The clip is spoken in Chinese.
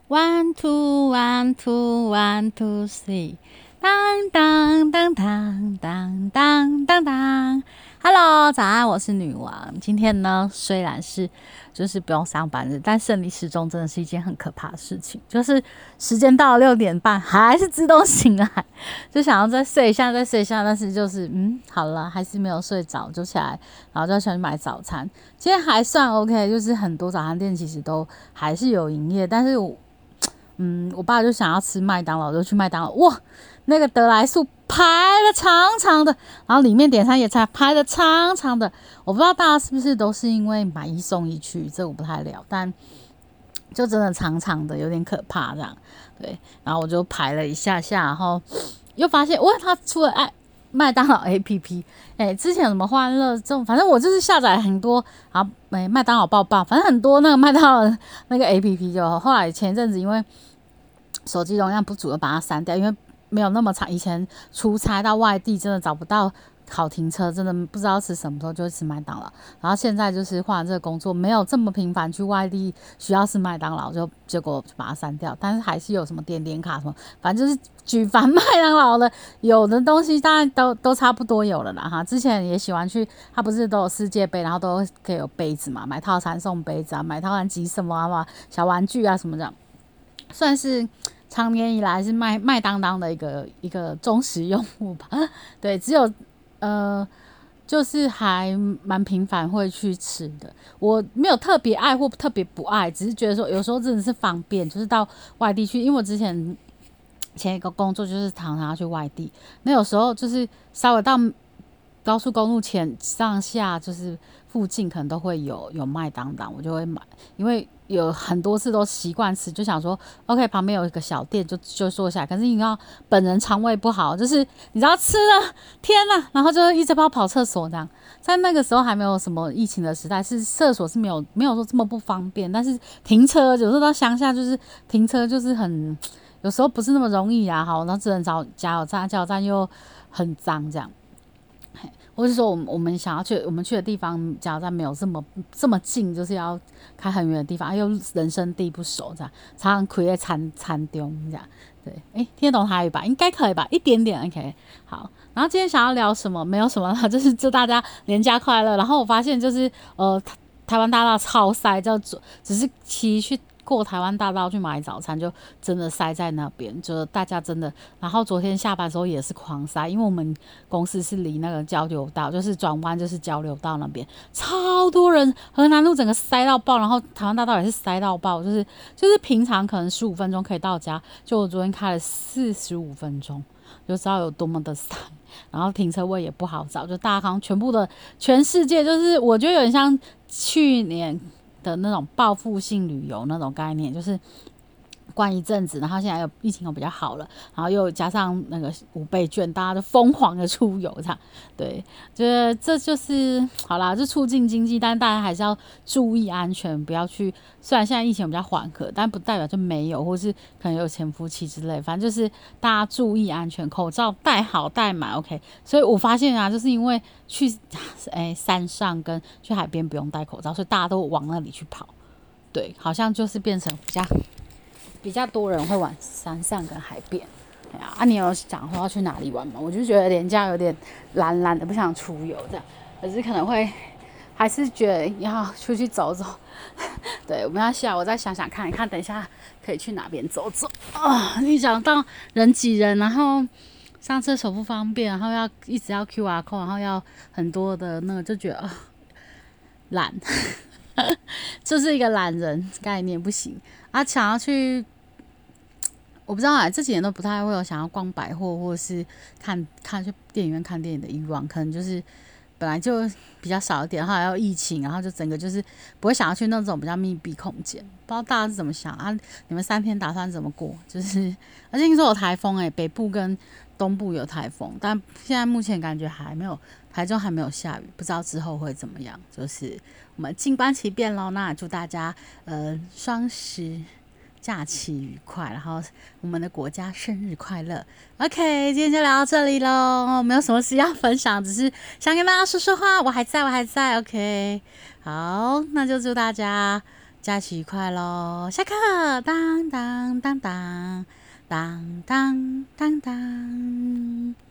One two one two one two three， 当当当当当当当当。Hello， 早安，我是女王。今天呢，虽然是就是不用上班日，但生理时钟真的是一件很可怕的事情。就是时间到了6点半，还是自动醒来，就想要再睡一下，再睡一下，但是就是好了，还是没有睡着，就起来，然后就想去买早餐。今天还算 OK，就是很多早餐店其实都还是有营业，但是我爸就想要吃麦当劳，就去麦当劳。哇，那个得来速排的长长的，然后里面点餐也排的长长的。我不知道大家是不是都是因为买一送一去，这我不太了，但就真的长长的，有点可怕这样。对，然后我就排了一下下，然后又发现，哇，他出了麦当劳 APP， 之前有什么欢乐这种，反正我就是下载很多，然后麦当劳抱抱，反正很多那个麦当劳的那个 APP， 就后来前一阵子因为手机容量不足，就把它删掉，因为没有那么长。以前出差到外地真的找不到好停车，真的不知道吃什么时候就会吃麦当劳。然后现在就是换了这个工作，没有这么频繁去外地需要吃麦当劳，结果就把它删掉。但是还是有什么点点卡什么，反正就是举凡麦当劳的有的东西，当然都差不多有了啦哈。之前也喜欢去，他不是都有世界杯，然后都可以有杯子嘛，买套餐送杯子啊，买套餐集什么啊，小玩具啊什么的，算是长年以来是麦当当的一个忠实用户吧。对，只有就是还蛮频繁会去吃的。我没有特别爱或特别不爱，只是觉得说有时候真的是方便，就是到外地去，因为我之前一个工作就是常常要去外地，那有时候就是稍微到高速公路前上下就是附近可能都会有麦当当，我就会买，因为有很多次都习惯吃，就想说 OK 旁边有一个小店就坐下来。可是你知道本人肠胃不好，就是你知道吃了天哪，然后就一直跑厕所这样。在那个时候还没有什么疫情的时代，是厕所是没有说这么不方便，但是停车有时候到乡下就是停车就是很有时候不是那么容易啊，好，然后只能找加油站又很脏这样。或是说我们想要去我们去的地方加油站没有这么近，就是要开很远的地方，又人生地不熟，这样常常亏在餐丢这样。对，听得懂台语吧？应该可以吧？一点点 OK。好，然后今天想要聊什么？没有什么啦，就是祝大家连假快乐。然后我发现就是台湾大道超塞，只是骑去过台湾大道去买早餐，就真的塞在那边，就大家真的。然后昨天下班的时候也是狂塞，因为我们公司是离那个交流道，就是转弯就是交流道那边，超多人，河南路整个塞到爆，然后台湾大道也是塞到爆，就是平常可能15分钟可以到家，就我昨天开了45分钟。就知道有多么的塞，然后停车位也不好找，就大家好像全世界，就是我觉得有点像去年的那种报复性旅游那种概念，就是关一阵子，然后现在疫情又比较好了，然后又加上那个5倍券，大家就疯狂的出游，这样。对，觉得这就是好啦，就促进经济，但大家还是要注意安全，不要去。虽然现在疫情比较缓和，但不代表就没有，或是可能有潜伏期之类，反正就是大家注意安全，口罩戴好戴满 OK。所以我发现啊，就是因为去山上跟去海边不用戴口罩，所以大家都往那里去跑。对，好像就是变成比较多人会往山上跟海边。你有想说要去哪里玩吗？我就觉得连假有点懒懒的，不想出游这样，可是可能会还是觉得要出去走走。对，我们要下，我再想想看，等一下可以去哪边走走啊？你想到人挤人，然后上厕所不方便，然后一直要 QR code， 然后要很多的那个，就觉得懒，就是一个懒人概念不行啊。想要去。我不知道这几年都不太会有想要逛百货或者是去电影院看电影的欲望，可能就是本来就比较少一点，然后还有疫情，然后就整个就是不会想要去那种比较密闭空间。不知道大家是怎么想啊？你们3天打算怎么过？就是而且听说有台风北部跟东部有台风，但现在目前感觉还没有，台中还没有下雨，不知道之后会怎么样。就是我们静观其变咯。那祝大家双十假期愉快，然后我们的国家生日快乐。OK， 今天就聊到这里咯，没有什么事要分享，只是想跟大家说说话，我还在。OK， 好，那就祝大家假期愉快咯！下课，当当当当当当当当。